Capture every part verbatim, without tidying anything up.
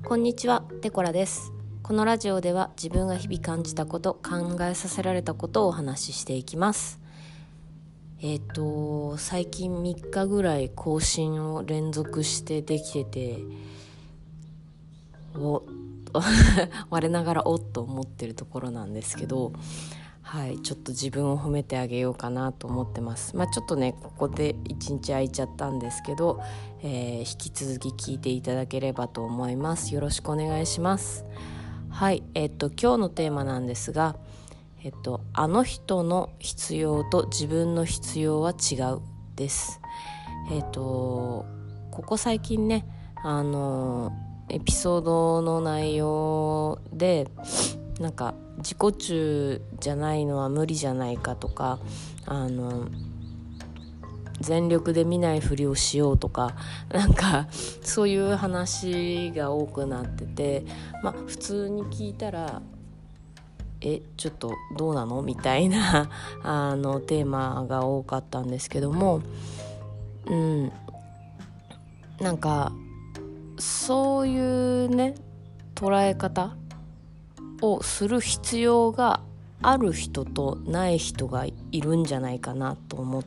こんにちは、デコラです。このラジオでは自分が日々感じたこと、考えさせられたことをお話ししていきます。えっと最近みっかぐらい更新を連続してできててお我ながらおっと思ってるところなんですけど、はい、ちょっと自分を褒めてあげようかなと思ってます。まあちょっとねここで一日空いちゃったんですけど、えー、引き続き聞いていただければと思います。よろしくお願いします。はい、えっと今日のテーマなんですが、えっとあの人の必要と自分の必要は違うです。えっとここ最近ね、あのエピソードの内容でなんか自己中じゃないのは無理じゃないかとか、あの全力で見ないふりをしようとか、なんかそういう話が多くなってて、まあ普通に聞いたらえちょっとどうなのみたいなあのテーマが多かったんですけども、うんなんかそういうね捉え方をする必要がある人とない人がいるんじゃないかなと思って、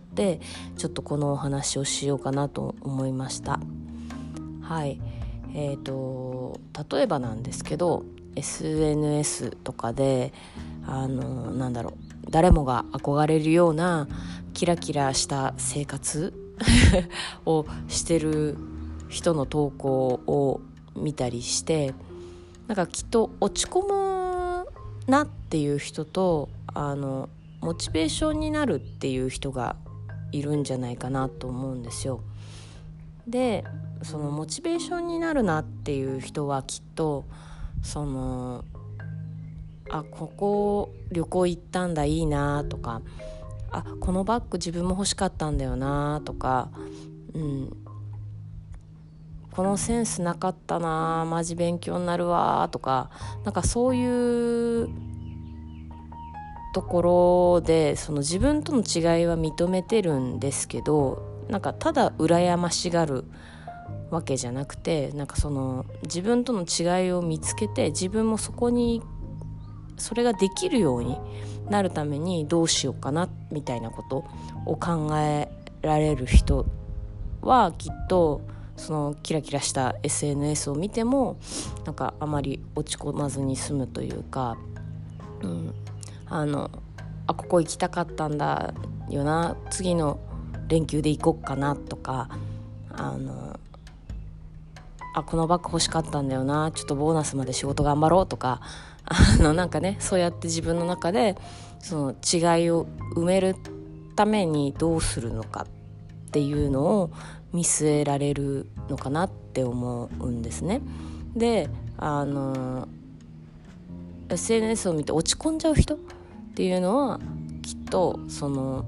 ちょっとこのお話をしようかなと思いました。はいえーと例えばなんですけど エスエヌエス とかであのなんだろう誰もが憧れるようなキラキラした生活をしてる人の投稿を見たりして、なんかきっと落ち込むなっていう人とあのモチベーションになるっていう人がいるんじゃないかなと思うんですよ。でそのモチベーションになるなっていう人はきっとそのあここ旅行行ったんだいいなとか、あこのバッグ自分も欲しかったんだよなとか、うんこのセンスなかったなマジ勉強になるわとか、なんかそういうところでその自分との違いは認めてるんですけど、なんかただ羨ましがるわけじゃなくて、なんかその自分との違いを見つけて自分もそこにそれができるようになるためにどうしようかなみたいなことを考えられる人はきっとそのキラキラした エスエヌエス を見てもなんかあまり落ち込まずに済むというか、うん、あのあここ行きたかったんだよな次の連休で行こっかなとか、あのあこのバッグ欲しかったんだよなちょっとボーナスまで仕事頑張ろうとか、あのなんかねそうやって自分の中でその違いを埋めるためにどうするのかっていうのを見据えられるのかなって思うんですね。であの エスエヌエス を見て落ち込んじゃう人っていうのはきっとその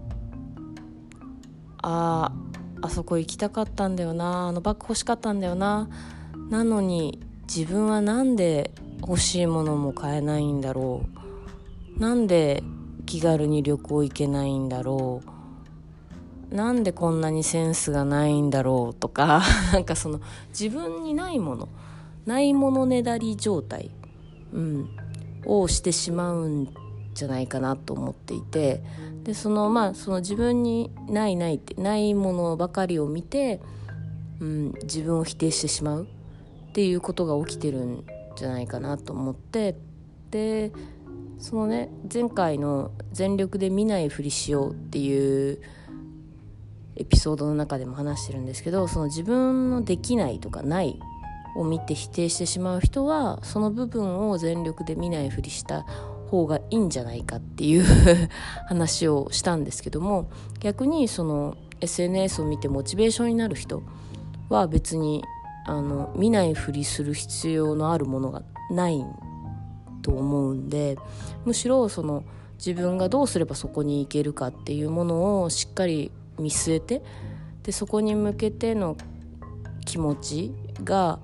ああそこ行きたかったんだよなあのバッグ欲しかったんだよななのに自分はなんで欲しいものも買えないんだろう、なんで気軽に旅行行けないんだろう、なんでこんなにセンスがないんだろうとかなんかその自分にないものないものねだり状態、うん、をしてしまうんじゃないかなと思っていて、でそのまあその自分にないないってないものばかりを見て、うん、自分を否定してしまうっていうことが起きてるんじゃないかなと思って、でそのね前回の全力で見ないふりしようっていうエピソードの中でも話してるんですけど、その自分のできないとかないを見て否定してしまう人はその部分を全力で見ないふりした方がいいんじゃないかっていう話をしたんですけども、逆にその エスエヌエス を見てモチベーションになる人は別にあの見ないふりする必要のあるものがないと思うんで、むしろその自分がどうすればそこに行けるかっていうものをしっかり見据えて、でそこに向けての気持ちが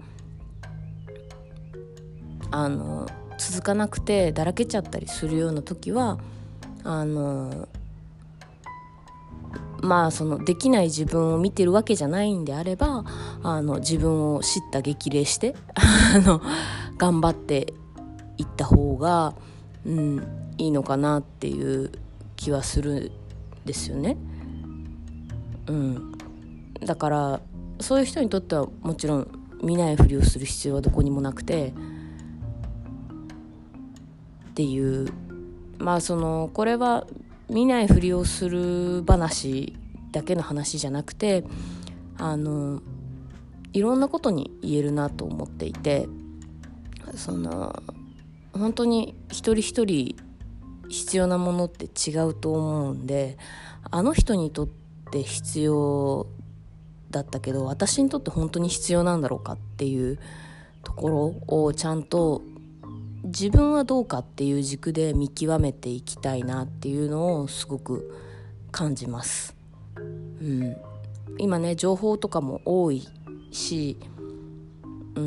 あの続かなくてだらけちゃったりするような時はあのまあそのできない自分を見てるわけじゃないんであれば、あの自分を叱咤激励してあの頑張っていった方が、うん、いいのかなっていう気はするんですよね。うん、だからそういう人にとってはもちろん見ないふりをする必要はどこにもなくてっていう、まあそのこれは見ないふりをする話だけの話じゃなくて、あのいろんなことに言えるなと思っていて、その本当に一人一人必要なものって違うと思うんで、あの人にとって必要だったけど私にとって本当に必要なんだろうかっていうところをちゃんと自分はどうかっていう軸で見極めていきたいなっていうのをすごく感じます。うん、今ね情報とかも多いし、うん、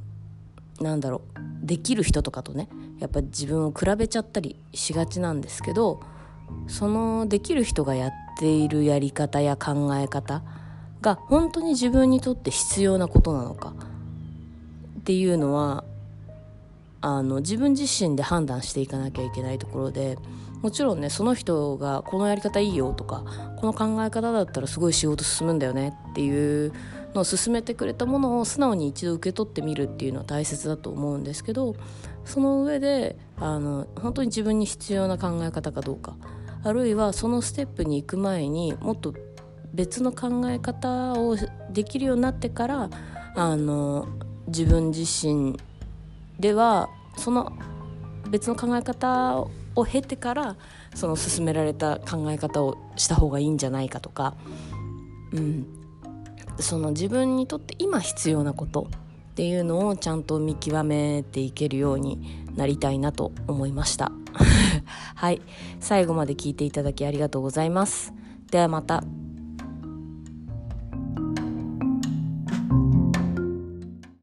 なんだろうできる人とかとねやっぱ自分を比べちゃったりしがちなんですけど、そのできる人がやっているやり方や考え方が本当に自分にとって必要なことなのかっていうのはあの自分自身で判断していかなきゃいけないところで、もちろんねその人がこのやり方いいよとかこの考え方だったらすごい仕事進むんだよねっていうのを勧めてくれたものを素直に一度受け取ってみるっていうのは大切だと思うんですけど、その上であの本当に自分に必要な考え方かどうか、あるいはそのステップに行く前にもっと別の考え方をできるようになってからあの自分自身ではその別の考え方を経てからその勧められた考え方をした方がいいんじゃないかとか、うん、その自分にとって今必要なことっていうのをちゃんと見極めていけるようになりたいなと思いましたはい、最後まで聞いていただきありがとうございます。ではまた。